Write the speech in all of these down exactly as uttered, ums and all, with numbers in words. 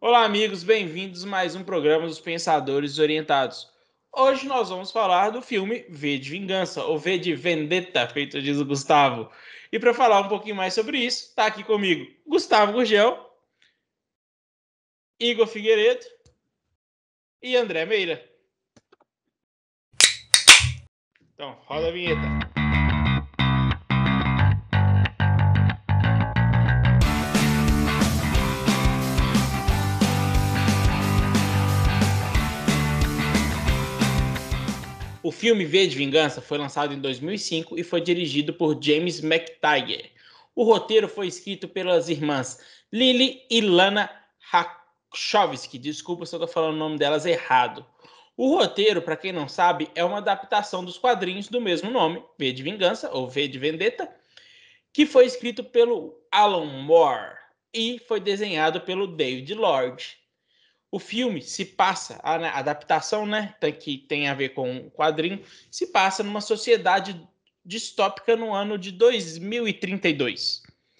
Olá, amigos, bem-vindos a mais um programa dos Pensadores Orientados. Hoje nós vamos falar do filme V de Vingança, ou V de Vendetta, feito diz o Gustavo. E para falar um pouquinho mais sobre isso, está aqui comigo Gustavo Gurgel, Igor Figueiredo e André Meira. Então, roda a vinheta. O filme V de Vingança foi lançado em dois mil e cinco e foi dirigido por James McTaggart. O roteiro foi escrito pelas irmãs Lily e Lana Wachowski. Desculpa se eu estou falando o nome delas errado. O roteiro, para quem não sabe, é uma adaptação dos quadrinhos do mesmo nome, V de Vingança, ou V de Vendetta, que foi escrito pelo Alan Moore e foi desenhado pelo David Lord. O filme se passa, a adaptação, né, que tem a ver com o quadrinho, se passa numa sociedade distópica no ano de dois mil e trinta e dois.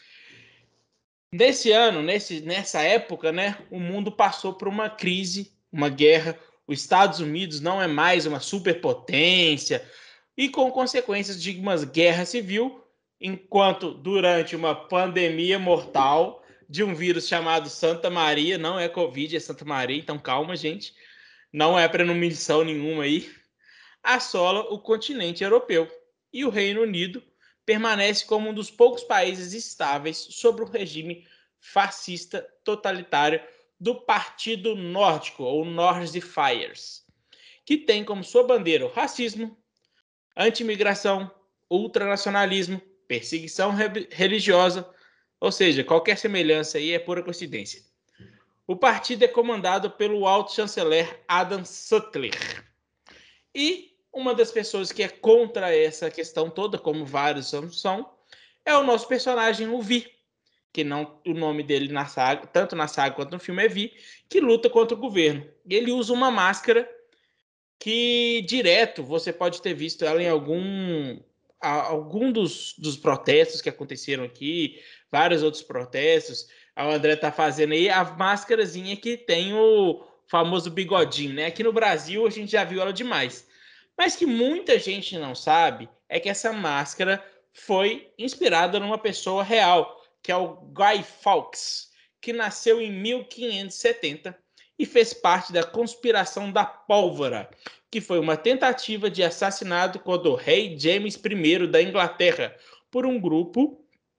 Nesse ano, nesse, nessa época, né, o mundo passou por uma crise, uma guerra. Os Estados Unidos não é mais uma superpotência e com consequências de uma guerra civil, enquanto durante uma pandemia mortal de um vírus chamado Santa Maria, não é Covid, é Santa Maria, então calma, gente, não é premonição nenhuma aí, assola o continente europeu e o Reino Unido permanece como um dos poucos países estáveis sob o regime fascista totalitário do Partido Nórdico, ou Nordifiers, que tem como sua bandeira o racismo, anti-imigração, ultranacionalismo, perseguição re- religiosa, ou seja, qualquer semelhança aí é pura coincidência. O partido é comandado pelo alto-chanceler Adam Sutler. E uma das pessoas que é contra essa questão toda, como vários são, é o nosso personagem, o Vi, que não o nome dele na saga, tanto na saga quanto no filme é Vi, que luta contra o governo. E ele usa uma máscara que direto você pode ter visto ela em algum algum dos, dos protestos que aconteceram aqui, vários outros protestos. O André tá fazendo aí a máscarazinha que tem o famoso bigodinho, né? Aqui no Brasil a gente já viu ela demais. Mas que muita gente não sabe é que essa máscara foi inspirada numa pessoa real, que é o Guy Fawkes, que nasceu em mil quinhentos e setenta e fez parte da conspiração da pólvora, que foi uma tentativa de assassinato contra o rei James I da Inglaterra por um grupo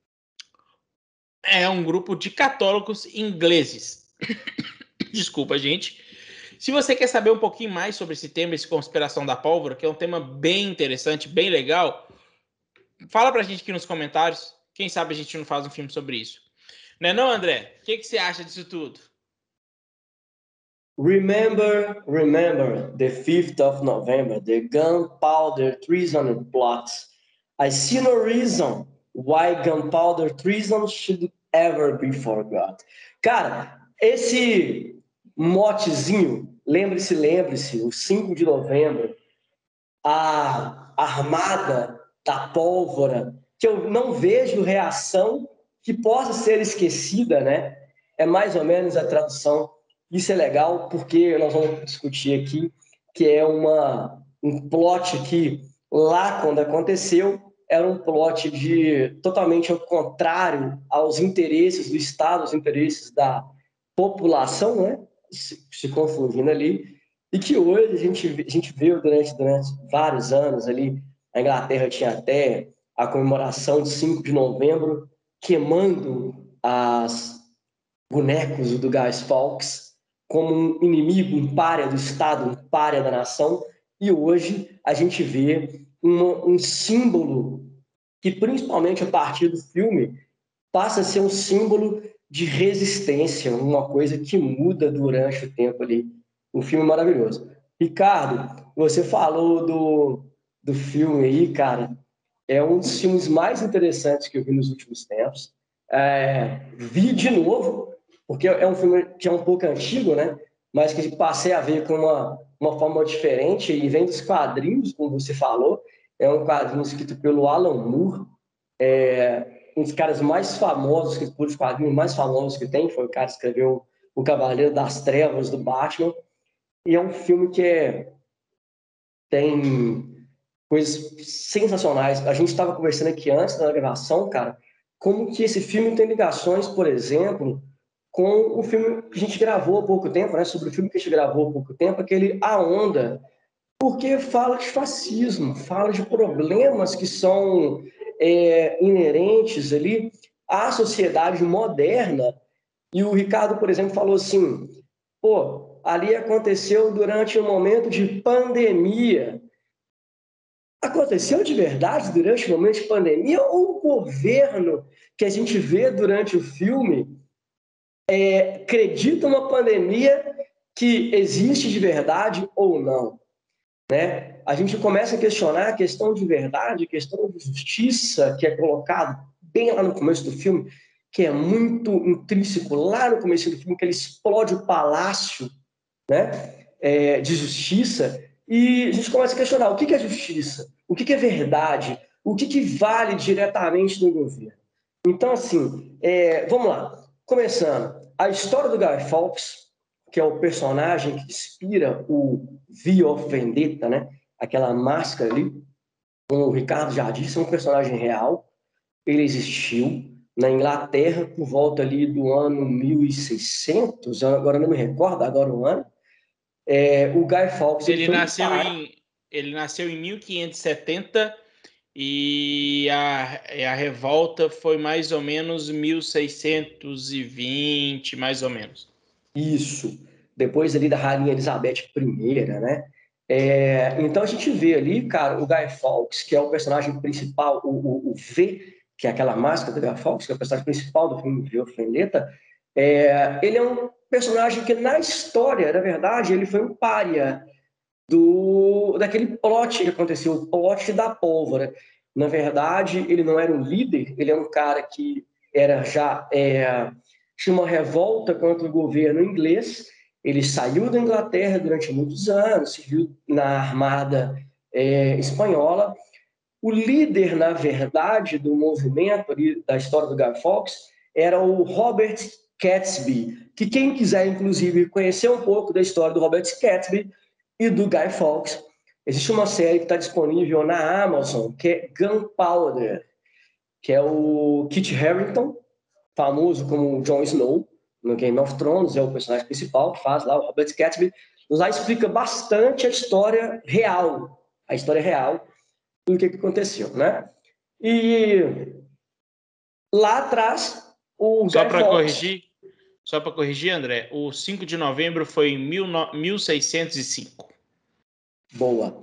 é um grupo de católicos ingleses. Desculpa, gente. Se você quer saber um pouquinho mais sobre esse tema, esse conspiração da pólvora, que é um tema bem interessante, bem legal, fala pra gente aqui nos comentários. Quem sabe a gente não faz um filme sobre isso. Não é não, André? O que, que você acha disso tudo? Remember, remember the fifth of November, the gunpowder treason plots. I see no reason why gunpowder treason should ever be forgot. Cara, esse motezinho, lembre-se, lembre-se, o cinco de novembro, a armada da pólvora, que eu não vejo reação que possa ser esquecida, né? É mais ou menos a tradução. Isso é legal porque nós vamos discutir aqui que é uma, um plot que lá quando aconteceu era um plot de totalmente ao contrário aos interesses do Estado, aos interesses da população, né? Se, se confundindo ali, e que hoje a gente, a gente viu durante, durante vários anos ali, a Inglaterra tinha até a comemoração de cinco de novembro, queimando as bonecos do Guy Fawkes como um inimigo, um pária do Estado, um pária da nação, e hoje a gente vê uma, um símbolo que, principalmente a partir do filme, passa a ser um símbolo de resistência, uma coisa que muda durante o tempo ali. Um filme maravilhoso. Ricardo, você falou do, do filme aí, cara, é um dos filmes mais interessantes que eu vi nos últimos tempos. É, vi de novo, porque é um filme que é um pouco antigo, né? Mas que passei a ver com uma, uma forma diferente e vem dos quadrinhos, como você falou. É um quadrinho escrito pelo Alan Moore, é, um dos caras mais famosos, que os quadrinhos mais famosos que tem, foi o cara que escreveu o Cavaleiro das Trevas do Batman. E é um filme que é, tem coisas sensacionais. A gente estava conversando aqui antes da gravação, cara, como que esse filme tem ligações, por exemplo, com o filme que a gente gravou há pouco tempo, né? Sobre o filme que a gente gravou há pouco tempo, aquele A Onda, porque fala de fascismo, fala de problemas que são é, inerentes ali à sociedade moderna. E o Ricardo, por exemplo, falou assim, pô, ali aconteceu durante um momento de pandemia. Aconteceu de verdade durante o momento de pandemia ou o governo que a gente vê durante o filme é, acredita uma pandemia que existe de verdade ou não? Né? A gente começa a questionar a questão de verdade, a questão de justiça que é colocado bem lá no começo do filme, que é muito intrínseco lá no começo do filme, que ele explode o palácio, né? É, de justiça, e a gente começa a questionar o que é justiça, o que é verdade, o que vale diretamente do governo. Então, assim, é, vamos lá. Começando, a história do Guy Fawkes, que é o personagem que inspira o V of Vendetta, né? Aquela máscara ali, como o Ricardo já disse, é um personagem real. Ele existiu na Inglaterra por volta ali do ano mil e seiscentos, agora não me recordo agora o ano. É, o Guy Fawkes, ele Ele foi um nasceu pai. em, ele nasceu em mil quinhentos e setenta e a, a revolta foi mais ou menos mil seiscentos e vinte, mais ou menos. Isso. Depois ali da Rainha Elizabeth I, né? É, então a gente vê ali, cara, o Guy Fawkes, que é o personagem principal, o, o, o V, que é aquela máscara do Guy Fawkes, que é o personagem principal do filme V, o Vendetta, é, ele é um personagem que na história, na verdade, ele foi um pária do, daquele plot que aconteceu, o plot da pólvora. Na verdade, ele não era um líder, ele é um cara que era já é, tinha uma revolta contra o governo inglês. Ele saiu da Inglaterra durante muitos anos, serviu na armada é, espanhola. O líder, na verdade, do movimento ali, da história do Guy Fawkes era o Robert Gatsby, que quem quiser, inclusive, conhecer um pouco da história do Robert Gatsby e do Guy Fawkes, existe uma série que está disponível na Amazon, que é Gunpowder, que é o Kit Harington, famoso como Jon Snow, no Game of Thrones, é o personagem principal que faz lá, o Robert Gatsby. Lá explica bastante a história real, a história real do que, que aconteceu, né? E lá atrás, o Só Guy para Fawkes, corrigir, só para corrigir, André, o cinco de novembro foi em mil seiscentos e cinco. boa.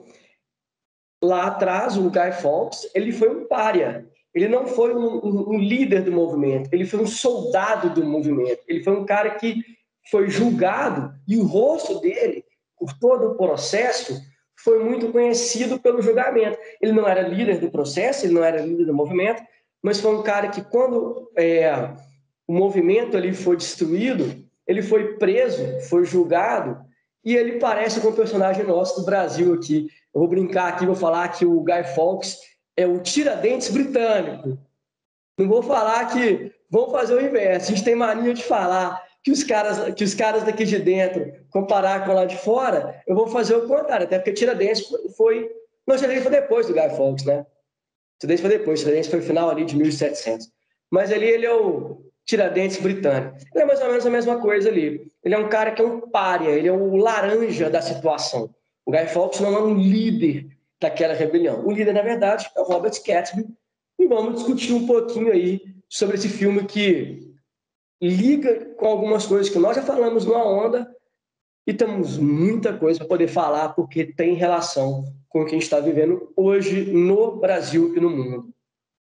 Lá atrás, o Guy Fawkes, ele foi um pária. Ele não foi um, um, um líder do movimento, ele foi um soldado do movimento. Ele foi um cara que foi julgado e o rosto dele, por todo o processo, foi muito conhecido pelo julgamento. Ele não era líder do processo, ele não era líder do movimento, mas foi um cara que, quando é, o movimento ali foi destruído, ele foi preso, foi julgado, e ele parece com um personagem nosso do Brasil aqui. Eu vou brincar aqui, vou falar que o Guy Fawkes é o Tiradentes britânico. Não vou falar que vamos fazer o inverso. A gente tem mania de falar que os caras, que os caras daqui de dentro comparar com lá de fora. Eu vou fazer o contrário, até porque Tiradentes foi, não, Tiradentes foi depois do Guy Fawkes, né? Tiradentes foi depois, Tiradentes foi no final ali de mil e setecentos. Mas ali ele é o Tiradentes britânico. Ele é mais ou menos a mesma coisa ali. Ele é um cara que é um pária, ele é o laranja da situação. O Guy Fawkes não é um líder daquela rebelião. O líder, na verdade, é o Robert Gatsby. E vamos discutir um pouquinho aí sobre esse filme que liga com algumas coisas que nós já falamos numa onda e temos muita coisa para poder falar porque tem relação com o que a gente está vivendo hoje no Brasil e no mundo.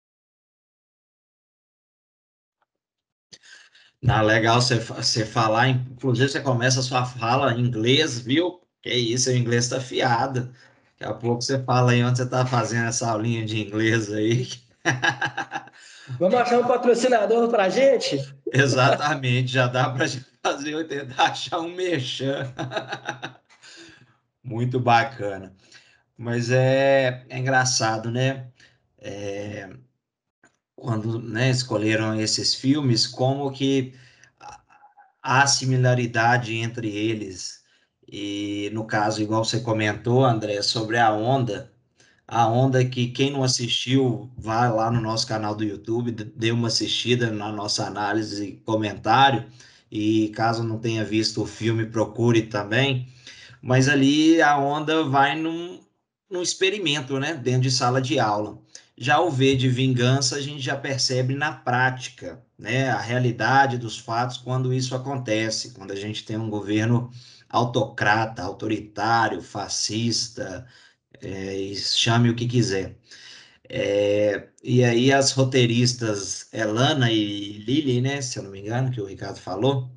Não, legal você, você falar, inclusive você começa a sua fala em inglês, viu? Que isso, o inglês está afiado. Daqui a pouco você fala aí onde você está fazendo essa aulinha de inglês aí. Vamos achar um patrocinador para a gente? Exatamente, já dá para fazer, eu tentar achar um merchan. Muito bacana. Mas é, é engraçado, né? É, quando, né, escolheram esses filmes, como que há similaridade entre eles. E no caso, igual você comentou, André, sobre a Onda, a Onda que quem não assistiu, vá lá no nosso canal do YouTube, dê uma assistida na nossa análise e comentário. E caso não tenha visto o filme, procure também. Mas ali a Onda vai num, num experimento, né, dentro de sala de aula. Já o V de Vingança, a gente já percebe na prática, né, a realidade dos fatos quando isso acontece, quando a gente tem um governo autocrata, autoritário, fascista, é, chame o que quiser. É, e aí as roteiristas Elana e Lili, né, se eu não me engano, que o Ricardo falou,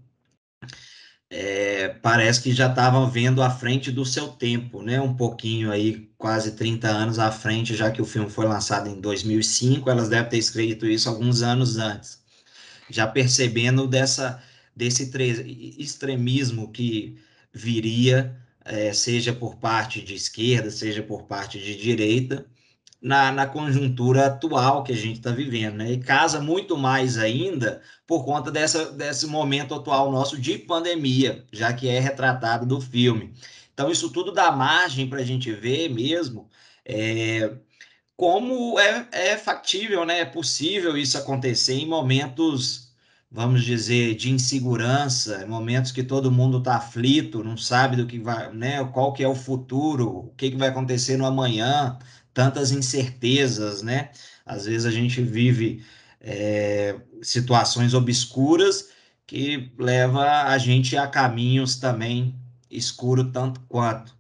é, parece que já estavam vendo à frente do seu tempo, né? Um pouquinho aí, quase trinta anos à frente, já que o filme foi lançado em dois mil e cinco, elas devem ter escrito isso alguns anos antes, já percebendo dessa, desse extremismo que viria, é, seja por parte de esquerda, seja por parte de direita, na, na conjuntura atual que a gente está vivendo, né? E casa muito mais ainda por conta dessa, desse momento atual nosso de pandemia, já que é retratado do filme. Então, isso tudo dá margem para a gente ver mesmo é, como é, é factível, né? É possível isso acontecer em momentos, vamos dizer, de insegurança, momentos que todo mundo está aflito, não sabe do que vai, né? Qual que é o futuro, o que, que vai acontecer no amanhã, tantas incertezas, né? Às vezes a gente vive é, situações obscuras que leva a gente a caminhos também escuros tanto quanto.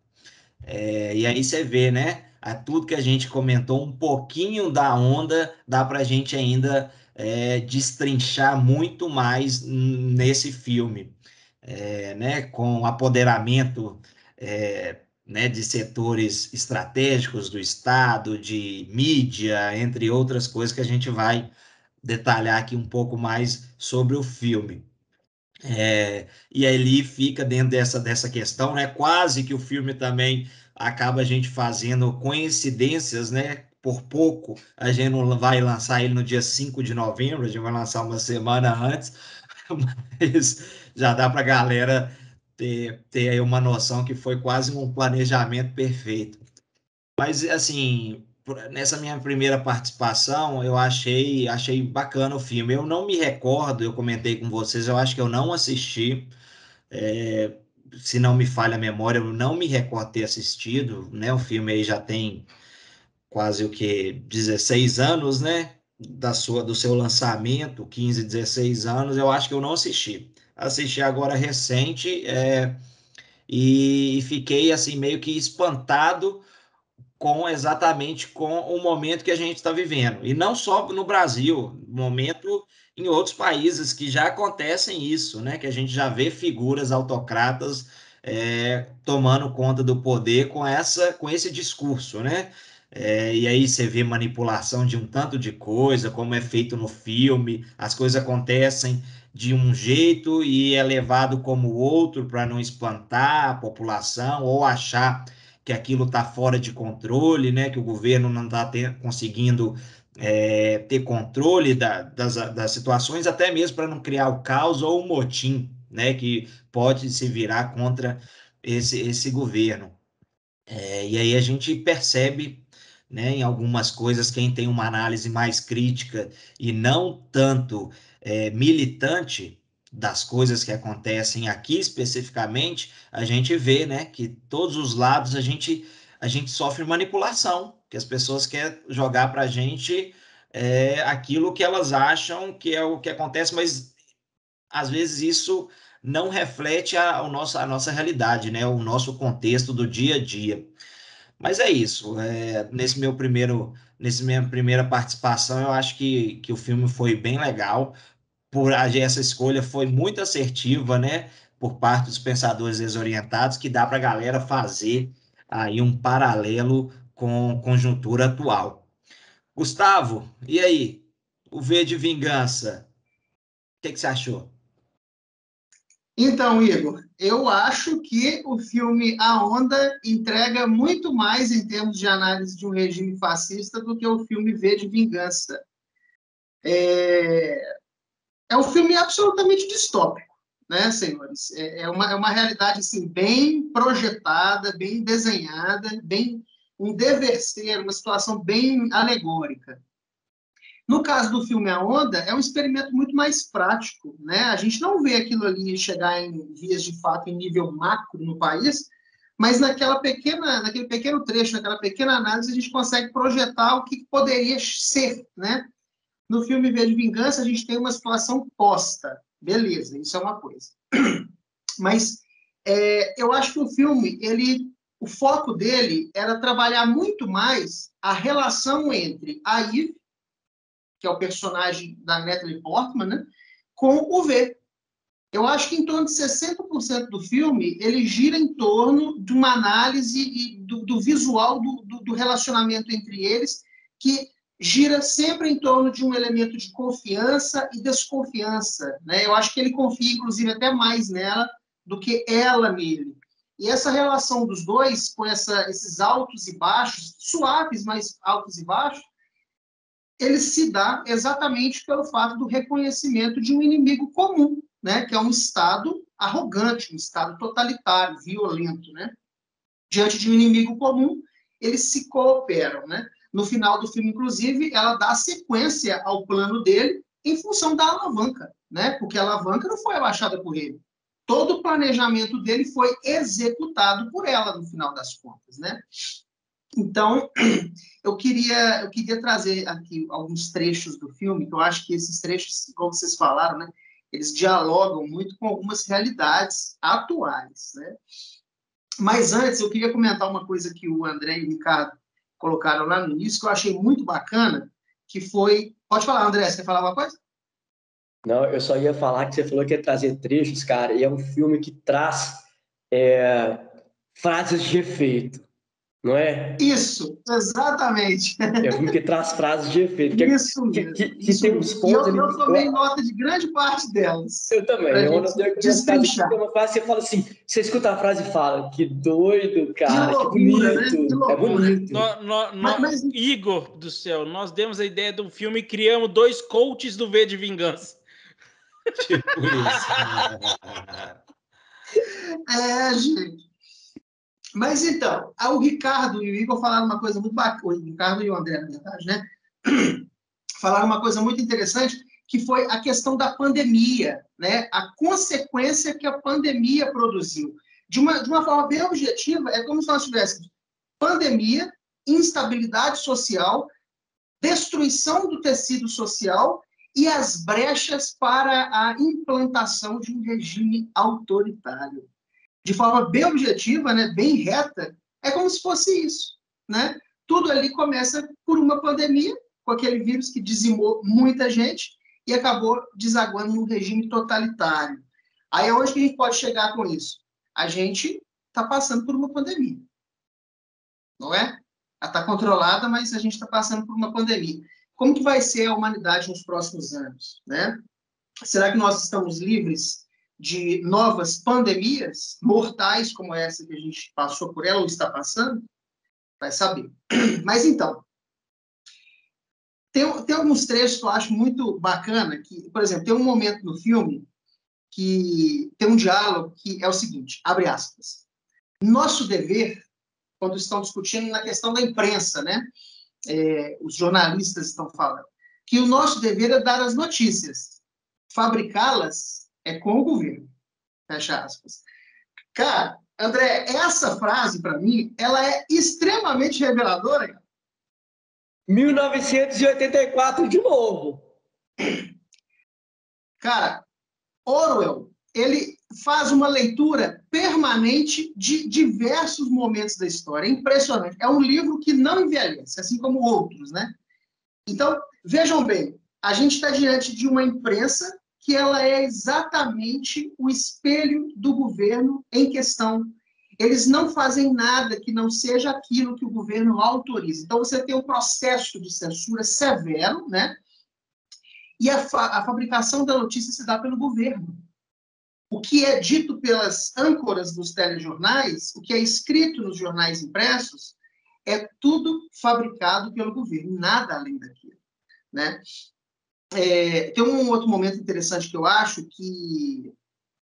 É, e aí você vê, né? A tudo que a gente comentou, um pouquinho da Onda, dá para a gente ainda é, destrinchar muito mais nesse filme, é, né? Com apoderamento é, né, de setores estratégicos do Estado, de mídia, entre outras coisas que a gente vai detalhar aqui um pouco mais sobre o filme. É, e ali fica dentro dessa, dessa questão, né? Quase que o filme também acaba a gente fazendo coincidências, né? Por pouco, a gente não vai lançar ele no dia cinco de novembro, a gente vai lançar uma semana antes, mas já dá para a galera ter, ter aí uma noção que foi quase um planejamento perfeito. Mas, assim, nessa minha primeira participação, eu achei, achei bacana o filme. Eu não me recordo, eu comentei com vocês, eu acho que eu não assisti. É, se não me falha a memória, eu não me recordo ter assistido, né? O filme aí já tem quase o que dezesseis anos, né? Da sua, do seu lançamento, quinze, dezesseis anos, eu acho que eu não assisti. Assisti agora recente, é, e fiquei assim meio que espantado com exatamente com o momento que a gente está vivendo. E não só no Brasil, momento em outros países que já acontecem isso, né? Que a gente já vê figuras autocratas é, tomando conta do poder com essa, com esse discurso, né? É, e aí você vê manipulação de um tanto de coisa, como é feito no filme, as coisas acontecem de um jeito e é levado como outro para não espantar a população ou achar que aquilo está fora de controle, né? Que o governo não está conseguindo é, ter controle da, das, das situações, até mesmo para não criar o caos ou o motim, né? Que pode se virar contra esse, esse governo. É, e aí a gente percebe, né, em algumas coisas, quem tem uma análise mais crítica e não tanto é, militante das coisas que acontecem aqui especificamente, a gente vê, né, que todos os lados a gente, a gente sofre manipulação, que as pessoas querem jogar para a gente é, aquilo que elas acham que é o que acontece, mas às vezes isso não reflete a, a, nossa, a nossa realidade, né, o nosso contexto do dia a dia. Mas é isso. É, nesse meu primeiro, nesse minha primeira participação, eu acho que, que o filme foi bem legal. Por essa escolha foi muito assertiva, né? Por parte dos pensadores desorientados, que dá para a galera fazer aí um paralelo com a conjuntura atual. Gustavo, e aí? O V de Vingança, o que, que você achou? Então, Igor, eu acho que o filme A Onda entrega muito mais em termos de análise de um regime fascista do que o filme V de Vingança. É, é um filme absolutamente distópico, né, senhores? É, é, uma, é uma realidade assim, bem projetada, bem desenhada, bem um dever ser, uma situação bem alegórica. No caso do filme A Onda, é um experimento muito mais prático, né? A gente não vê aquilo ali chegar em vias de fato em nível macro no país, mas naquela pequena, naquele pequeno trecho, naquela pequena análise, a gente consegue projetar o que poderia ser, né? No filme V de Vingança, a gente tem uma situação posta. Beleza, isso é uma coisa. Mas é, eu acho que o filme, ele, o foco dele era trabalhar muito mais a relação entre a Eve, que é o personagem da Natalie Portman, né, com o V. Eu acho que em torno de sessenta por cento do filme ele gira em torno de uma análise do, do visual do, do, do relacionamento entre eles, que gira sempre em torno de um elemento de confiança e desconfiança, né? Eu acho que ele confia, inclusive, até mais nela do que ela nele. E essa relação dos dois, com essa, esses altos e baixos, suaves, mas altos e baixos, ele se dá exatamente pelo fato do reconhecimento de um inimigo comum, né? Que é um Estado arrogante, um Estado totalitário, violento, né? Diante de um inimigo comum, eles se cooperam, né? No final do filme, inclusive, ela dá sequência ao plano dele em função da alavanca, né? Porque a alavanca não foi abaixada por ele. Todo o planejamento dele foi executado por ela, no final das contas, né? Então, eu queria, eu queria trazer aqui alguns trechos do filme, que eu acho que esses trechos, como vocês falaram, né? Eles dialogam muito com algumas realidades atuais, né? Mas antes, eu queria comentar uma coisa que o André e o Ricardo colocaram lá no início, que eu achei muito bacana, que foi... Pode falar, André, você quer falar alguma coisa? Não, eu só ia falar que você falou que ia trazer trechos, cara, e é um filme que traz é, frases de efeito, não é? Isso, exatamente. É um filme que traz frases de efeito. Que, Isso que, mesmo. que, que Isso tem mesmo. uns E pontos eu, ali. eu tomei nota de grande parte delas. Eu também. Eu Pra não tenho gente algumas frases que destrinchar. tem uma frase que você fala assim, você escuta a frase e fala, que doido, Que cara, que loucura, né? bonito, Que é loucura. bonito. No, no, no, Mas, mas Igor do céu, nós demos a ideia do filme e criamos dois coaches do V de Vingança. Tipo isso. É, gente. Mas então, o Ricardo e o Igor falaram uma coisa muito bacana, o Ricardo e o André, na verdade, né? Falaram uma coisa muito interessante, que foi a questão da pandemia, né? A consequência que a pandemia produziu. De uma, de uma forma bem objetiva, é como se nós tivéssemos pandemia, instabilidade social, destruição do tecido social e as brechas para a implantação de um regime autoritário. De forma bem objetiva, né, bem reta, é como se fosse isso, né? Tudo ali começa por uma pandemia, com aquele vírus que dizimou muita gente e acabou desaguando num regime totalitário. Aí onde que a gente pode chegar com isso? A gente está passando por uma pandemia, não é? Ela está controlada, mas a gente está passando por uma pandemia. Como que vai ser a humanidade nos próximos anos, né? Será que nós estamos livres de novas pandemias mortais como essa que a gente passou por ela ou está passando? Vai saber. Mas então, tem, tem alguns trechos que eu acho muito bacana, que, por exemplo, tem um momento no filme que tem um diálogo que é o seguinte, abre aspas, nosso dever, quando estão discutindo na questão da imprensa, né? É, os jornalistas estão falando, que o nosso dever é dar as notícias, fabricá-las é com o governo. Fecha aspas. Cara, André, essa frase, para mim, ela é extremamente reveladora. Cara. mil novecentos e oitenta e quatro de novo. Cara, Orwell, ele faz uma leitura permanente de diversos momentos da história. É impressionante. É um livro que não envelhece, assim como outros, né? Então, vejam bem, a gente está diante de uma imprensa que ela é exatamente o espelho do governo em questão. Eles não fazem nada que não seja aquilo que o governo autoriza. Então, você tem um processo de censura severo, né? E a, fa a fabricação da notícia se dá pelo governo. O que é dito pelas âncoras dos telejornais, o que é escrito nos jornais impressos, é tudo fabricado pelo governo, nada além daquilo, né? É, tem um outro momento interessante que eu acho que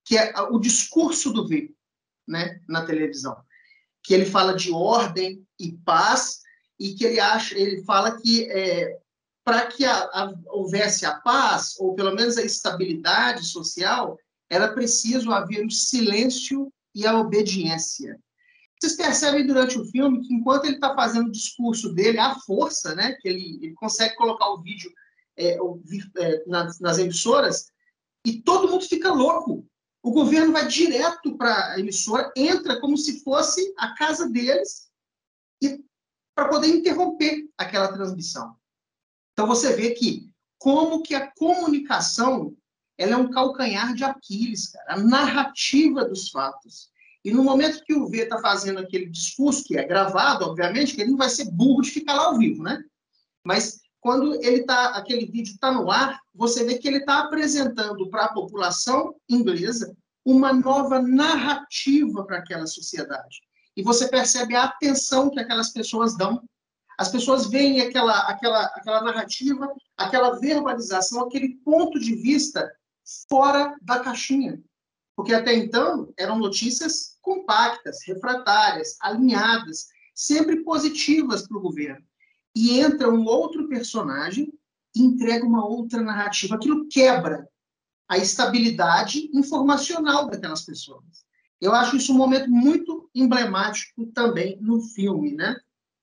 que é o discurso do V, né, na televisão, que ele fala de ordem e paz, e que ele acha, ele fala que é, para que a, a, houvesse a paz, ou pelo menos a estabilidade social, era preciso haver o silêncio e a obediência. Vocês percebem durante o filme que enquanto ele está fazendo o discurso dele, à força, né, que ele, ele consegue colocar o vídeo é, o, é, nas, nas emissoras, e todo mundo fica louco. O governo vai direto para a emissora, entra como se fosse a casa deles, e para poder interromper aquela transmissão. Então você vê que como que a comunicação ela é um calcanhar de Aquiles, cara, a narrativa dos fatos. E no momento que o V está fazendo aquele discurso, que é gravado, obviamente, que ele não vai ser burro de ficar lá ao vivo, né? Mas quando ele tá, aquele vídeo está no ar, você vê que ele está apresentando para a população inglesa uma nova narrativa para aquela sociedade. E você percebe a atenção que aquelas pessoas dão. As pessoas veem aquela, aquela, aquela narrativa, aquela verbalização, aquele ponto de vista fora da caixinha. Porque até então eram notícias compactas, refratárias, alinhadas, sempre positivas para o governo. E entra um outro personagem e entrega uma outra narrativa. Aquilo quebra a estabilidade informacional daquelas pessoas. Eu acho isso um momento muito emblemático também no filme, né?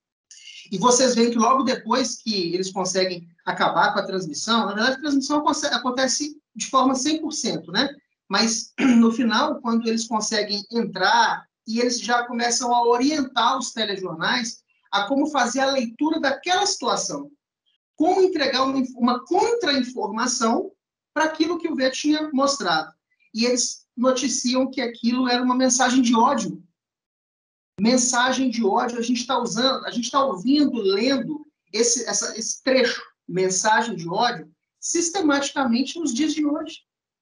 E vocês veem que logo depois que eles conseguem acabar com a transmissão, na verdade a transmissão acontece de forma cem por cento, né? Mas no final, quando eles conseguem entrar e eles já começam a orientar os telejornais a como fazer a leitura daquela situação, como entregar uma, uma contra-informação para aquilo que o V tinha mostrado. E eles noticiam que aquilo era uma mensagem de ódio. Mensagem de ódio, a gente está usando, a gente está ouvindo, lendo esse, essa, esse trecho, mensagem de ódio, sistematicamente nos dias de hoje.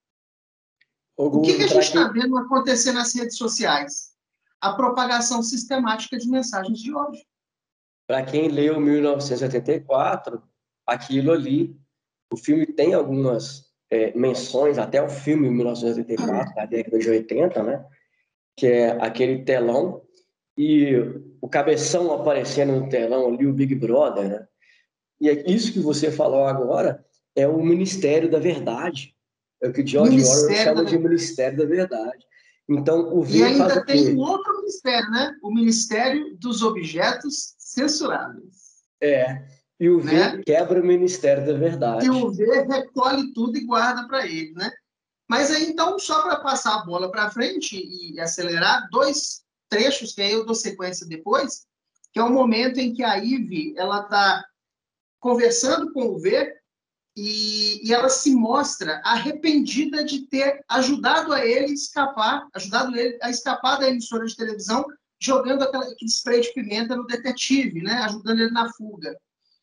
O que, que a gente está quem... vendo acontecer nas redes sociais? A propagação sistemática de mensagens de ódio. Para quem leu mil novecentos e oitenta e quatro, aquilo ali, o filme tem algumas é, menções, até o filme mil novecentos e oitenta e quatro, da década de oitenta, né? Que é aquele telão e o cabeção aparecendo no telão ali, o Big Brother, né? E é isso que você falou agora é o Ministério da Verdade. É o que George Orwell chama de Ministério da Verdade. Então, o V e ainda faz tem um outro ministério, né? O Ministério dos Objetos Censuráveis. É. E o V né? quebra o Ministério da Verdade. E o V recolhe tudo e guarda para ele, né? Mas aí, então, só para passar a bola para frente e acelerar, dois trechos que aí eu dou sequência depois, que é o momento em que a Ivy ela está conversando com o V e, e ela se mostra arrependida de ter ajudado a ele escapar, ajudado ele a escapar da emissora de televisão, jogando aquela, aquele spray de pimenta no detetive, né, ajudando ele na fuga.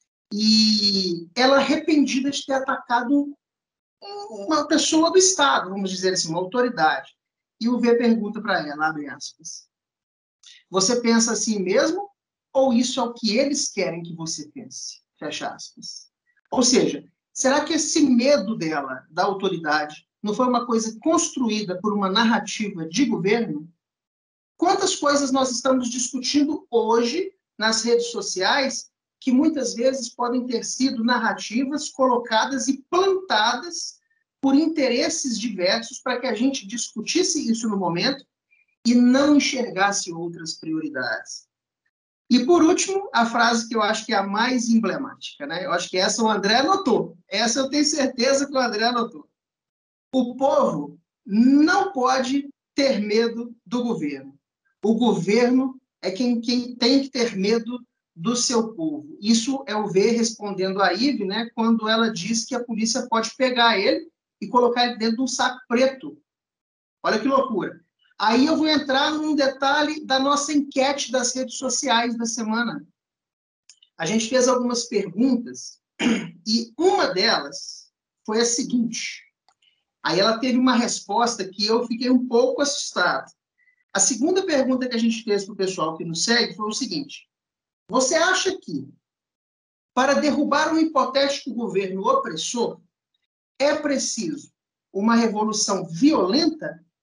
E ela arrependida de ter atacado uma pessoa do Estado, vamos dizer assim, uma autoridade. E o V pergunta para ela, abre aspas, você pensa assim mesmo? Ou isso é o que eles querem que você pense? Fecha aspas. Ou seja, será que esse medo dela, da autoridade, não foi uma coisa construída por uma narrativa de governo? Quantas coisas nós estamos discutindo hoje nas redes sociais que muitas vezes podem ter sido narrativas colocadas e plantadas por interesses diversos para que a gente discutisse isso no momento e não enxergasse outras prioridades. E, por último, a frase que eu acho que é a mais emblemática, né? Eu acho que essa o André anotou. Essa eu tenho certeza que o André anotou. O povo não pode ter medo do governo. O governo é quem, quem tem que ter medo do seu povo. Isso é o V respondendo a Ivy, né? Quando ela diz que a polícia pode pegar ele e colocar ele dentro de um saco preto. Olha que loucura. Aí eu vou entrar num detalhe da nossa enquete das redes sociais da semana. A gente fez algumas perguntas e uma delas foi a seguinte. Aí ela teve uma resposta que eu fiquei um pouco assustado. A segunda pergunta que a gente fez para o pessoal que nos segue foi o seguinte. Você acha que, para derrubar um hipotético governo opressor, é preciso uma revolução violenta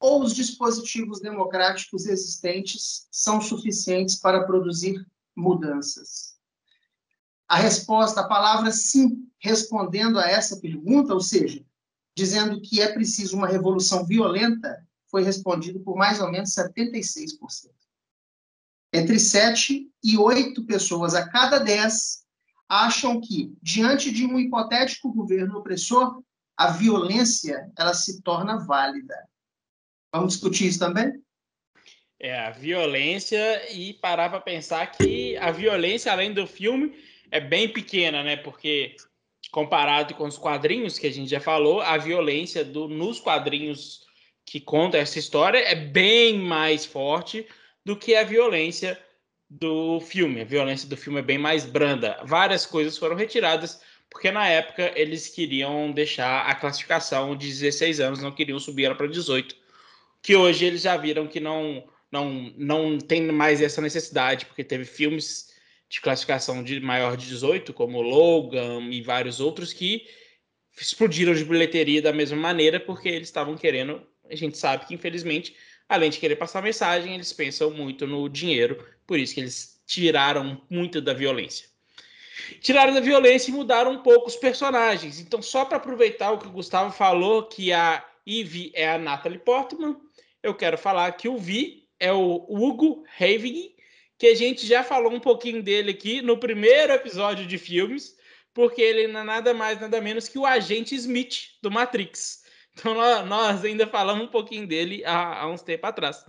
ou os dispositivos democráticos existentes são suficientes para produzir mudanças? A resposta, a palavra sim, respondendo a essa pergunta, ou seja, dizendo que é preciso uma revolução violenta, foi respondido por mais ou menos setenta e seis por cento. Entre sete e oito pessoas a cada dez acham que, diante de um hipotético governo opressor, a violência ela se torna válida. Vamos discutir isso também? É, a violência, e parar para pensar que a violência, além do filme, é bem pequena, né? Porque, comparado com os quadrinhos que a gente já falou, a violência do, nos quadrinhos que conta essa história é bem mais forte do que a violência do filme. A violência do filme é bem mais branda. Várias coisas foram retiradas, porque na época eles queriam deixar a classificação de dezesseis anos, não queriam subir ela para dezoito. Que hoje eles já viram que não, não, não tem mais essa necessidade, porque teve filmes de classificação de maior de dezoito, como Logan e vários outros, que explodiram de bilheteria da mesma maneira, porque eles estavam querendo. A gente sabe que, infelizmente, além de querer passar mensagem, eles pensam muito no dinheiro, por isso que eles tiraram muito da violência. Tiraram da violência e mudaram um pouco os personagens. Então, só para aproveitar o que o Gustavo falou, que a Eve é a Natalie Portman, eu quero falar que o Vi é o Hugo Weaving, que a gente já falou um pouquinho dele aqui no primeiro episódio de filmes, porque ele não é nada mais, nada menos que o agente Smith do Matrix. Então nós ainda falamos um pouquinho dele há, há uns tempos atrás.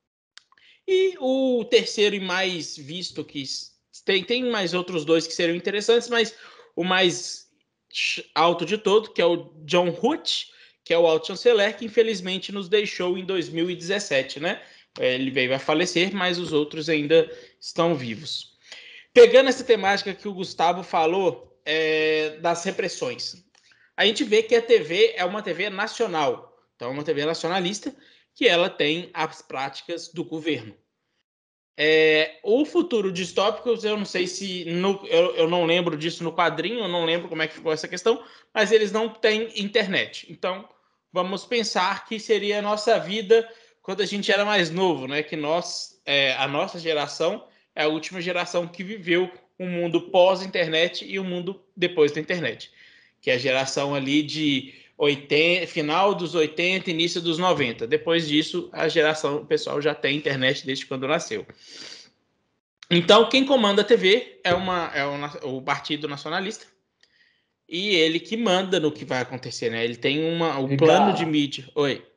E o terceiro e mais visto, que tem, tem mais outros dois que seriam interessantes, mas o mais alto de todo, que é o John Hurt, que é o alto chanceler, que infelizmente nos deixou em dois mil e dezessete, né? Ele veio a falecer, mas os outros ainda estão vivos. Pegando essa temática que o Gustavo falou, é, das repressões, a gente vê que a T V é uma T V nacional, então é uma T V nacionalista, que ela tem as práticas do governo. É, o futuro distópico, eu não sei se no, eu, eu não lembro disso no quadrinho, eu não lembro como é que ficou essa questão, mas eles não têm internet. Então, vamos pensar que seria a nossa vida quando a gente era mais novo, né? Que nós, é, a nossa geração é a última geração que viveu um mundo pós-internet e um mundo depois da internet, que é a geração ali de oitenta, final dos oitenta, início dos noventa. Depois disso, a geração, o pessoal já tem internet desde quando nasceu. Então, quem comanda a T V é, uma, é o, o Partido Nacionalista, e ele que manda no que vai acontecer, né? Ele tem uma, o Ricardo, plano de mídia. Oi.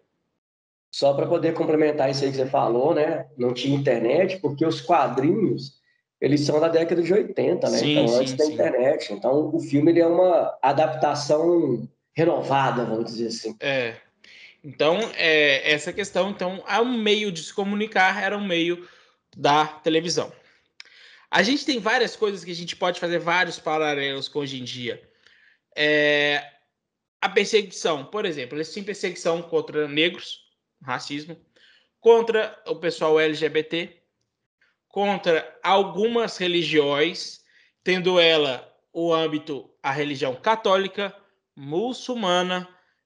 Só para poder complementar isso aí que você falou, né? Não tinha internet, porque os quadrinhos, eles são da década de oitenta, né? Sim, Então, antes sim, da sim. internet. Então, o filme ele é uma adaptação renovada, vamos dizer assim. É. Então, é, essa questão, então, é um meio de se comunicar, era um meio da televisão. A gente tem várias coisas que a gente pode fazer vários paralelos com hoje em dia. É, a perseguição, por exemplo, eles têm perseguição contra negros, racismo, contra o pessoal L G B T, contra algumas religiões, tendo ela o âmbito, a religião católica, muçulmana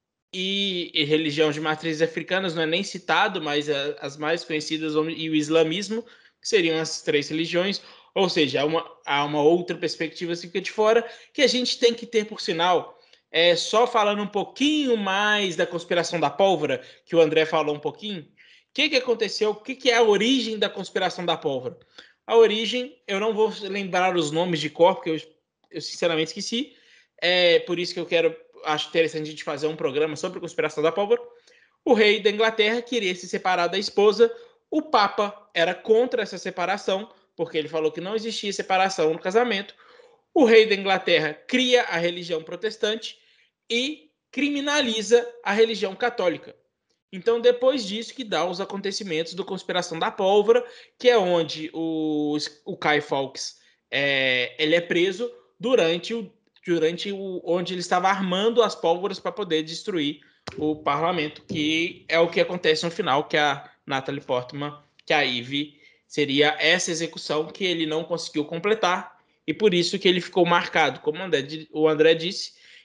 e, e religião de matrizes africanas, não é nem citado, mas a, as mais conhecidas, e o islamismo, que seriam as três religiões. Ou seja, há uma, há uma outra perspectiva que fica de fora, que a gente tem que ter, por sinal. É, só falando um pouquinho mais da conspiração da pólvora, que o André falou um pouquinho. O que, que aconteceu? O que, que é a origem da conspiração da pólvora? A origem, eu não vou lembrar os nomes de cor, porque eu, eu sinceramente esqueci. É por isso que eu quero, acho interessante a gente fazer um programa sobre a conspiração da pólvora. O rei da Inglaterra queria se separar da esposa. O Papa era contra essa separação, porque ele falou que não existia separação no casamento. O rei da Inglaterra cria a religião protestante e criminaliza a religião católica. Então, depois disso que dá os acontecimentos do Conspiração da Pólvora, que é onde o, o Guy Fawkes é, ele é preso durante, o, durante o, onde ele estava armando as pólvoras para poder destruir o parlamento, que é o que acontece no final, que a Natalie Portman, que a Eve, seria essa execução que ele não conseguiu completar, e por isso que ele ficou marcado, como o André, o André disse,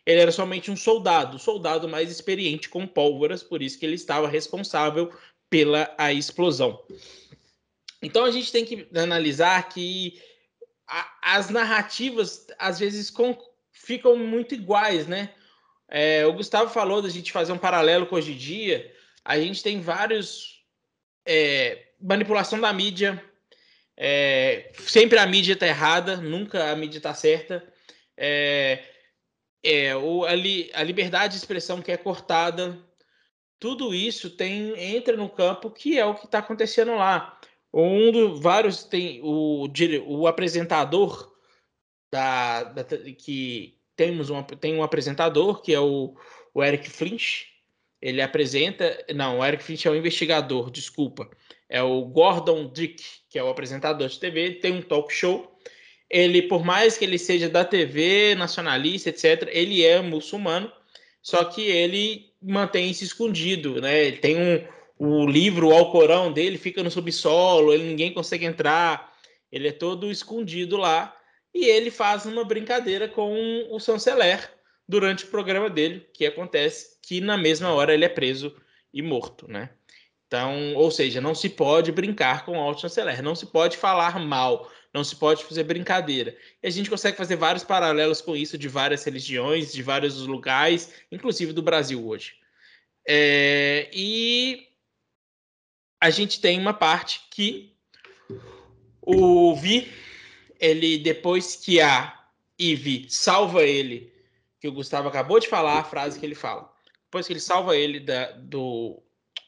ele era somente um soldado, soldado mais experiente com pólvoras, por isso que ele estava responsável pela a explosão. Então a gente tem que analisar que a, as narrativas às vezes com, ficam muito iguais, né? É, o Gustavo falou da gente fazer um paralelo com hoje em dia. A gente tem vários é, manipulação da mídia. É, sempre a mídia está errada, nunca a mídia está certa. É, é, o, a, li, a liberdade de expressão que é cortada. Tudo isso tem entra no campo que é o que está acontecendo lá. Um dos vários tem o, o apresentador da, da que temos um, tem um apresentador que é o, o Eric Flint. Ele apresenta, não, o Eric Flint é o investigador, desculpa. É o Gordon Dick, que é o apresentador de T V, tem um talk show. Ele, por mais que ele seja da T V, nacionalista, etcétera, ele é muçulmano, só que ele mantém-se escondido, né? Ele tem um o livro, o Alcorão dele fica no subsolo, ele ninguém consegue entrar, ele é todo escondido lá, e ele faz uma brincadeira com o chanceler durante o programa dele, que acontece que na mesma hora ele é preso e morto, né? Então, ou seja, não se pode brincar com o alto chanceler, não se pode falar mal, não se pode fazer brincadeira. E a gente consegue fazer vários paralelos com isso de várias religiões, de vários lugares, inclusive do Brasil hoje. É, e a gente tem uma parte que o Vi, ele depois que a Ivy salva ele, que o Gustavo acabou de falar, a frase que ele fala, depois que ele salva ele da, do,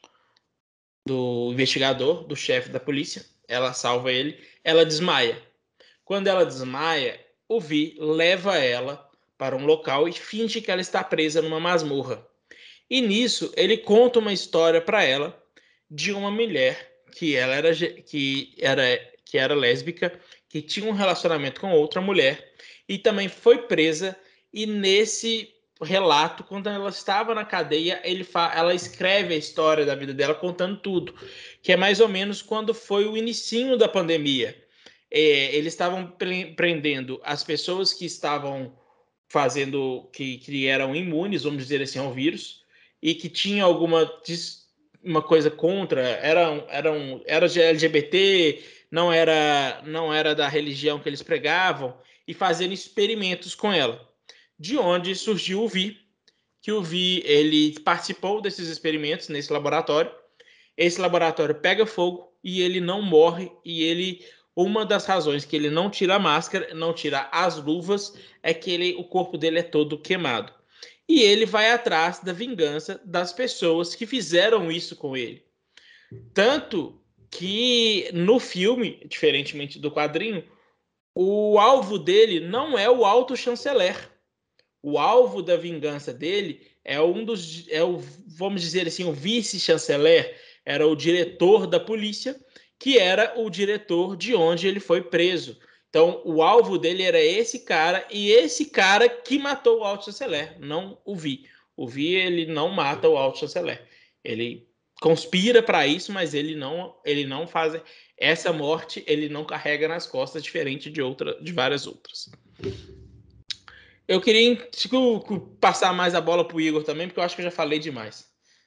do investigador, do chefe da polícia, ela salva ele, ela desmaia. Quando ela desmaia, o Vi leva ela para um local e finge que ela está presa numa masmorra. E nisso, ele conta uma história para ela de uma mulher que ela era que era que era lésbica, que tinha um relacionamento com outra mulher e também foi presa. E nesse relato, quando ela estava na cadeia, ele fa ela escreve a história da vida dela contando tudo, que é mais ou menos quando foi o inicinho da pandemia. É, eles estavam prendendo as pessoas que estavam fazendo que, que eram imunes, vamos dizer assim, ao vírus, e que tinha alguma uma coisa contra, eram eram era L G B T, não era não era da religião que eles pregavam, e fazendo experimentos com ela. De onde surgiu o Vi, que o Vi ele participou desses experimentos nesse laboratório. Esse laboratório pega fogo e ele não morre, e ele uma das razões que ele não tira a máscara, não tira as luvas, é que ele, o corpo dele é todo queimado. E ele vai atrás da vingança das pessoas que fizeram isso com ele. Tanto que no filme, diferentemente do quadrinho, o alvo dele não é o alto chanceler. O alvo da vingança dele é um dos, é o, vamos dizer assim, o vice-chanceler, era o diretor da polícia, que era o diretor de onde ele foi preso. Então, o alvo dele era esse cara, e esse cara que matou o alto chanceler, não o Vi. O Vi, ele não mata o alto chanceler. Ele conspira para isso, mas ele não, ele não faz essa morte, ele não carrega nas costas, diferente de outra, de várias outras. Eu queria passar mais a bola para o Igor também, porque eu acho que eu já falei demais.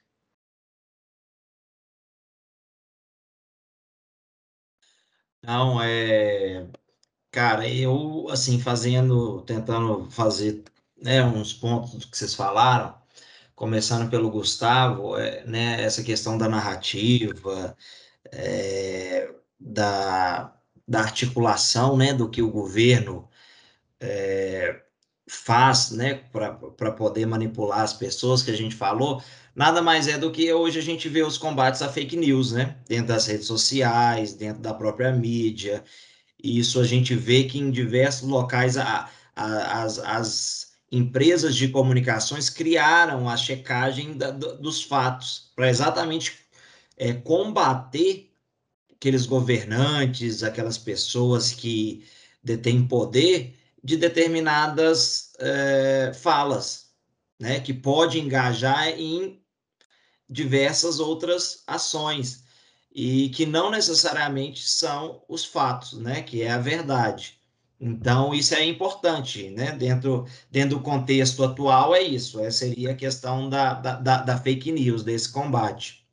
Não, é... Cara, eu, assim, fazendo, tentando fazer, né, uns pontos que vocês falaram, começando pelo Gustavo, é, né, essa questão da narrativa, é, da, da articulação, né, do que o governo é, faz, né, para poder manipular as pessoas que a gente falou, nada mais é do que hoje a gente vê os combates à fake news, né, dentro das redes sociais, dentro da própria mídia. E isso a gente vê que em diversos locais a, a, as, as empresas de comunicações criaram a checagem da, do, dos fatos para exatamente é, combater aqueles governantes, aquelas pessoas que detêm poder de determinadas é, falas, né, que pode engajar em diversas outras ações e que não necessariamente são os fatos, né, que é a verdade. Então, isso é importante, né? Dentro, dentro do contexto atual, é isso. Essa seria a questão da, da, da, da fake news, desse combate.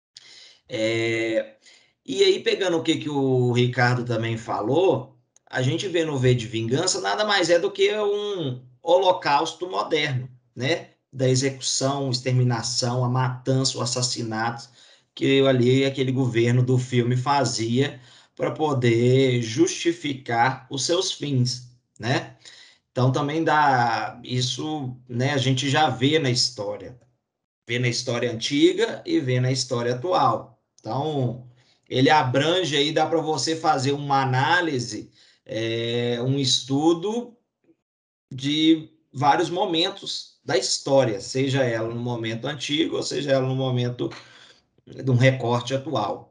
É, e aí, pegando o que, que o Ricardo também falou, a gente vê no V de Vingança nada mais é do que um holocausto moderno, né? Da execução, exterminação, a matança, o assassinato que ali aquele governo do filme fazia para poder justificar os seus fins, né? Então também dá isso, né? A gente já vê na história, vê na história antiga e vê na história atual. Então ele abrange aí, dá para você fazer uma análise, é, um estudo de vários momentos da história, seja ela no momento antigo, ou seja ela no momento de um recorte atual.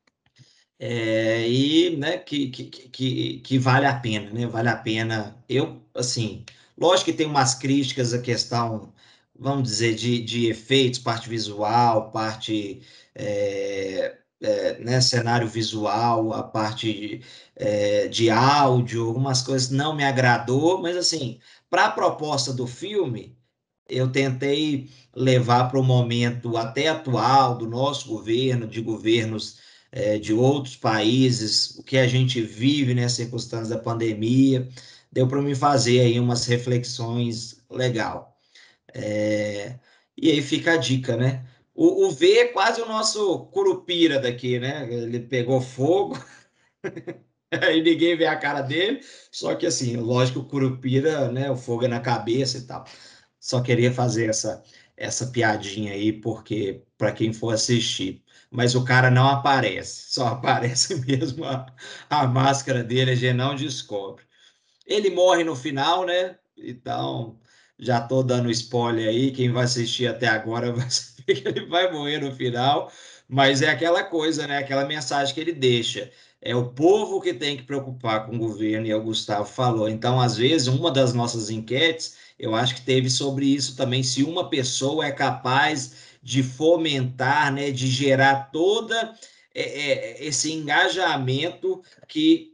É, e né, que, que, que, que vale a pena, né? Vale a pena. Eu, assim, lógico que tem umas críticas à questão, vamos dizer, de, de efeitos, parte visual, parte, é, é, né, cenário visual, a parte de, é, de áudio, algumas coisas não me agradou, mas, assim, para a proposta do filme, eu tentei levar para o momento até atual do nosso governo, de governos é, de outros países, o que a gente vive nessa circunstância da pandemia, deu para me fazer aí umas reflexões legal. É, e aí fica a dica, né? O, o V é quase o nosso Curupira daqui, né? Ele pegou fogo, aí ninguém vê a cara dele, só que assim, lógico, o Curupira, né? O fogo é na cabeça e tal. Só queria fazer essa, essa piadinha aí, porque para quem for assistir. Mas o cara não aparece, só aparece mesmo a, a máscara dele, a gente não descobre. Ele morre no final, né? Então, já tô dando spoiler aí. Quem vai assistir até agora vai saber que ele vai morrer no final. Mas é aquela coisa, né? Aquela mensagem que ele deixa. É o povo que tem que preocupar com o governo, e o Gustavo falou. Então, às vezes, uma das nossas enquetes, eu acho que teve sobre isso também, se uma pessoa é capaz de fomentar, né, de gerar toda é, é, esse engajamento que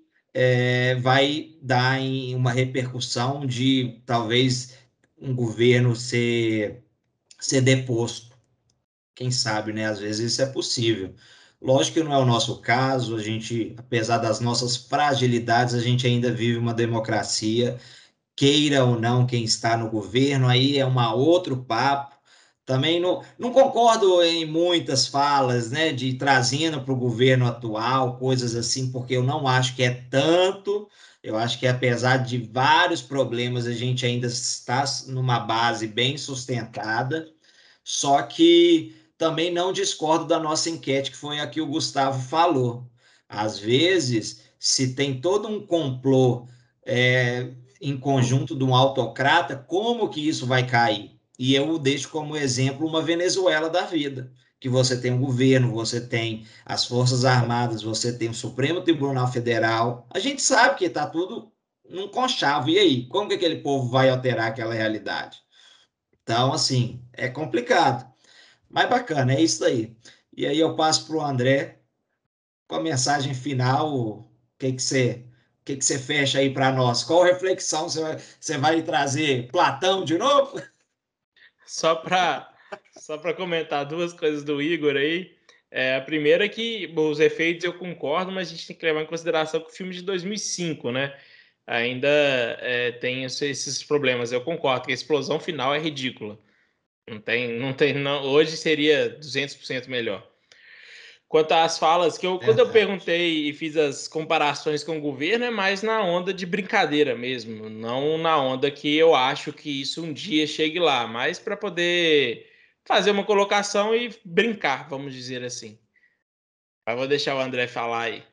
é, vai dar em uma repercussão de talvez um governo ser, ser deposto. Quem sabe, né? Às vezes isso é possível. Lógico que não é o nosso caso, a gente, apesar das nossas fragilidades, a gente ainda vive uma democracia, queira ou não quem está no governo, aí é um outro papo. Também não, não concordo em muitas falas, né, de trazendo para o governo atual coisas assim, porque eu não acho que é tanto. Eu acho que apesar de vários problemas, a gente ainda está numa base bem sustentada. Só que também não discordo da nossa enquete, que foi a que o Gustavo falou. Às vezes, se tem todo um complô é, em conjunto de um autocrata, como que isso vai cair? E eu deixo como exemplo uma Venezuela da vida, que você tem um governo, você tem as Forças Armadas, você tem o Supremo Tribunal Federal. A gente sabe que está tudo num conchavo. E aí, como que aquele povo vai alterar aquela realidade? Então, assim, é complicado. Mas bacana, é isso aí. E aí eu passo para o André com a mensagem final. O que, que você, o que, que você fecha aí para nós? Qual reflexão você vai, você vai trazer? Platão de novo? Só para só para comentar duas coisas do Igor aí. É, a primeira é que os efeitos eu concordo, mas a gente tem que levar em consideração que o filme é de dois mil e cinco, né? Ainda é, tem esses problemas. Eu concordo que a explosão final é ridícula. Não tem, não tem, não, hoje seria duzentos por cento melhor. Quanto às falas, que eu, quando eu Verdade. perguntei e fiz as comparações com o governo, é mais na onda de brincadeira mesmo, não na onda que eu acho que isso um dia chegue lá, mas para poder fazer uma colocação e brincar, vamos dizer assim. Mas vou deixar o André falar aí.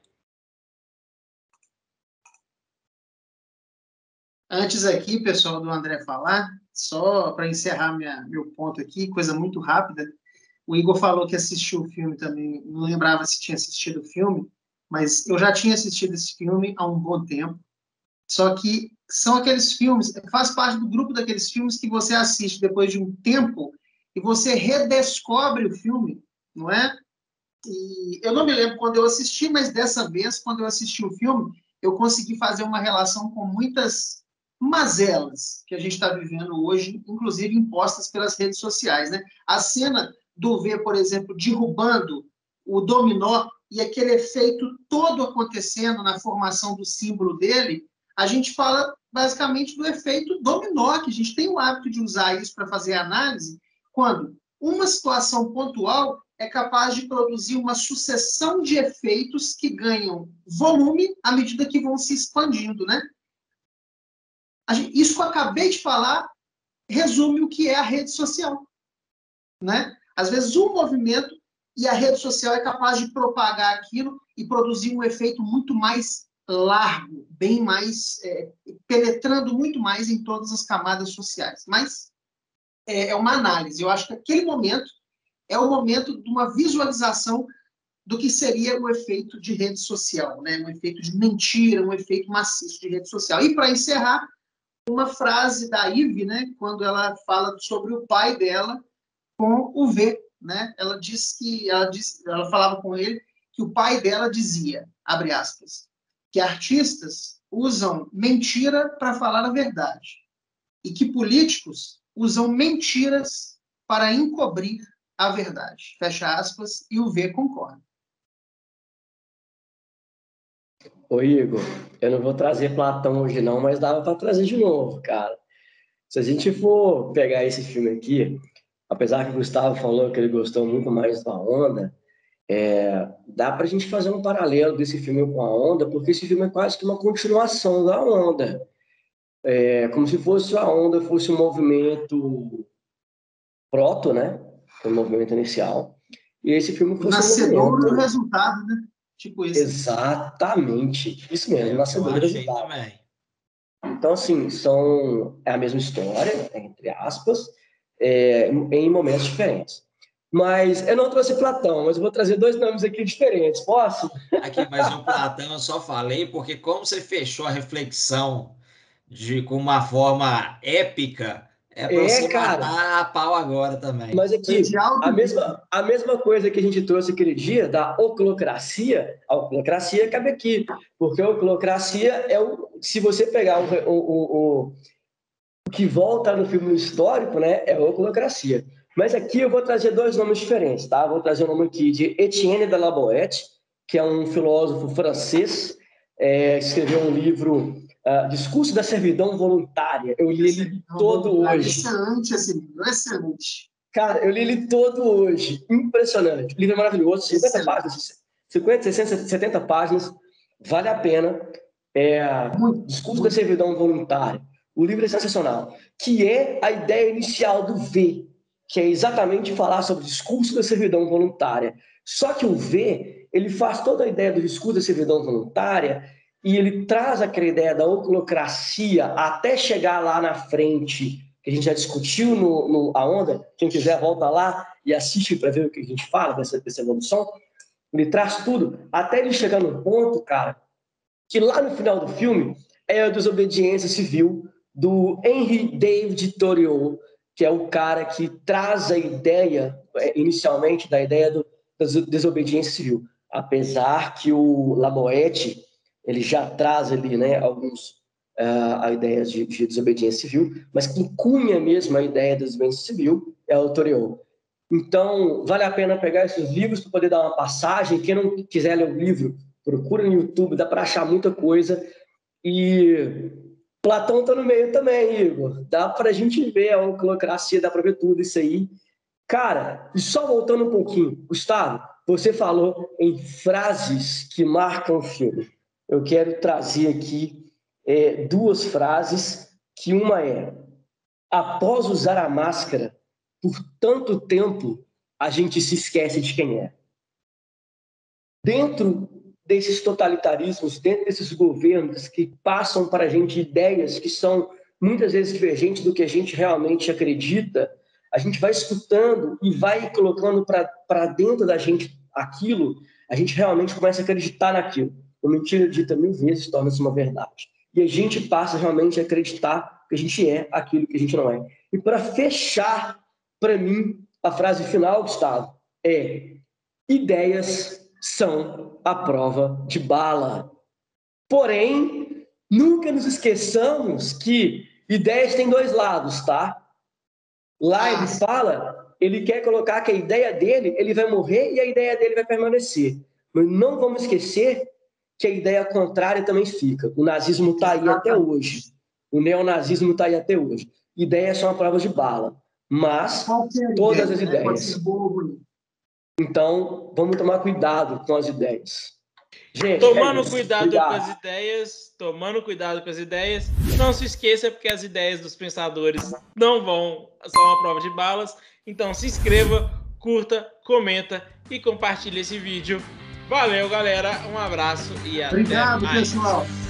Antes aqui, pessoal, do André falar, só para encerrar minha, meu ponto aqui, coisa muito rápida. O Igor falou que assistiu o filme também, não lembrava se tinha assistido o filme, mas eu já tinha assistido esse filme há um bom tempo. Só que são aqueles filmes, faz parte do grupo daqueles filmes que você assiste depois de um tempo e você redescobre o filme, não é? E eu não me lembro quando eu assisti, mas dessa vez, quando eu assisti o filme, eu consegui fazer uma relação com muitas mazelas que a gente está vivendo hoje, inclusive impostas pelas redes sociais, né? A cena do V, por exemplo, derrubando o dominó e aquele efeito todo acontecendo na formação do símbolo dele, a gente fala basicamente do efeito dominó, que a gente tem o hábito de usar isso para fazer análise, quando uma situação pontual é capaz de produzir uma sucessão de efeitos que ganham volume à medida que vão se expandindo, né? Isso que eu acabei de falar resume o que é a rede social, né? Às vezes um movimento e a rede social é capaz de propagar aquilo e produzir um efeito muito mais largo, bem mais, é, penetrando muito mais em todas as camadas sociais. Mas é, é uma análise. Eu acho que aquele momento é o momento de uma visualização do que seria o efeito de rede social, né? Um efeito de mentira, um efeito maciço de rede social. E, para encerrar, uma frase da Ivy, né? Quando ela fala sobre o pai dela com o V, né? Ela diz que ela, diz, ela falava com ele que o pai dela dizia, abre aspas, que artistas usam mentira para falar a verdade e que políticos usam mentiras para encobrir a verdade. Fecha aspas, e o V concorda. Ô, Igor, eu não vou trazer Platão hoje não, mas dava para trazer de novo, cara. Se a gente for pegar esse filme aqui, apesar que o Gustavo falou que ele gostou muito mais da Onda, é, dá para a gente fazer um paralelo desse filme com a Onda, porque esse filme é quase que uma continuação da Onda. É como se fosse a Onda fosse um movimento proto, né? Um movimento inicial. E esse filme fosse nascedor um movimento... do resultado, né? Tipo esse. Exatamente. Isso mesmo, É, nascedor do resultado. também. Então, assim, são, é a mesma história, entre aspas, é, em momentos diferentes. Mas eu não trouxe Platão, mas eu vou trazer dois nomes aqui diferentes. Posso? Aqui, mas o Platão eu só falei porque como você fechou a reflexão de com uma forma épica, é para É, você cara. matar a pau agora também. Mas aqui, a mesma, a mesma coisa que a gente trouxe aquele dia da oclocracia, a oclocracia cabe aqui, porque a oclocracia é o... Se você pegar o, o, o, o que volta no filme histórico, né, é a oclocracia. Mas aqui eu vou trazer dois nomes diferentes, tá? Vou trazer o nome aqui de Etienne de la Boétie, que é um filósofo francês, é, escreveu um livro, uh, Discurso da Servidão Voluntária. Eu li ele todo hoje. Excelente esse livro, excelente. Cara, eu li ele todo hoje. Impressionante. O livro é maravilhoso, cinquenta excelente. Páginas, cinquenta, sessenta, setenta páginas. Vale a pena. É, muito, Discurso muito. da Servidão Voluntária. O livro é sensacional. Que é a ideia inicial do V, que é exatamente falar sobre o discurso da servidão voluntária. Só que o V, ele faz toda a ideia do discurso da servidão voluntária e ele traz aquela ideia da oclocracia até chegar lá na frente, que a gente já discutiu no, no A Onda. Quem quiser, volta lá e assiste para ver o que a gente fala dessa, dessa evolução. Ele traz tudo até ele chegar no ponto, cara, que lá no final do filme é a desobediência civil do Henry David Thoreau, que é o cara que traz a ideia, inicialmente, da ideia do, da desobediência civil. Apesar que o La Boétie, ele já traz ali, né, alguns uh, a ideia de, de desobediência civil, mas quem cunha mesmo a ideia da desobediência civil é o Thoreau. Então, vale a pena pegar esses livros para poder dar uma passagem. Quem não quiser ler o livro, procura no YouTube, dá para achar muita coisa. E Platão está no meio também, Igor. Dá para a gente ver a oclocracia, dá para ver tudo isso aí. Cara, e só voltando um pouquinho, Gustavo, você falou em frases que marcam o filme. Eu quero trazer aqui é, duas frases, que uma é: após usar a máscara por tanto tempo, a gente se esquece de quem é. Dentro desses totalitarismos, dentro desses governos que passam para a gente ideias que são muitas vezes divergentes do que a gente realmente acredita, a gente vai escutando e vai colocando para dentro da gente aquilo, a gente realmente começa a acreditar naquilo. Uma mentira dita mil vezes torna-se uma verdade. E a gente passa realmente a acreditar que a gente é aquilo que a gente não é. E para fechar, para mim, a frase final, Gustavo, é: ideias são a prova de bala. Porém, nunca nos esqueçamos que ideias têm dois lados, tá? Lá ele fala, ele quer colocar que a ideia dele, ele vai morrer e a ideia dele vai permanecer. Mas não vamos esquecer que a ideia contrária também fica. O nazismo está aí até hoje. O neonazismo está aí até hoje. Ideias são a prova de bala. Mas todas as ideias. Então, vamos tomar cuidado com as ideias. Gente, tomando é isso. cuidado Cuidado. com as ideias, tomando cuidado com as ideias. Não se esqueça, porque as ideias dos pensadores não vão são uma prova de balas. Então se inscreva, curta, comenta e compartilhe esse vídeo. Valeu, galera. Um abraço e até Obrigado, mais. pessoal.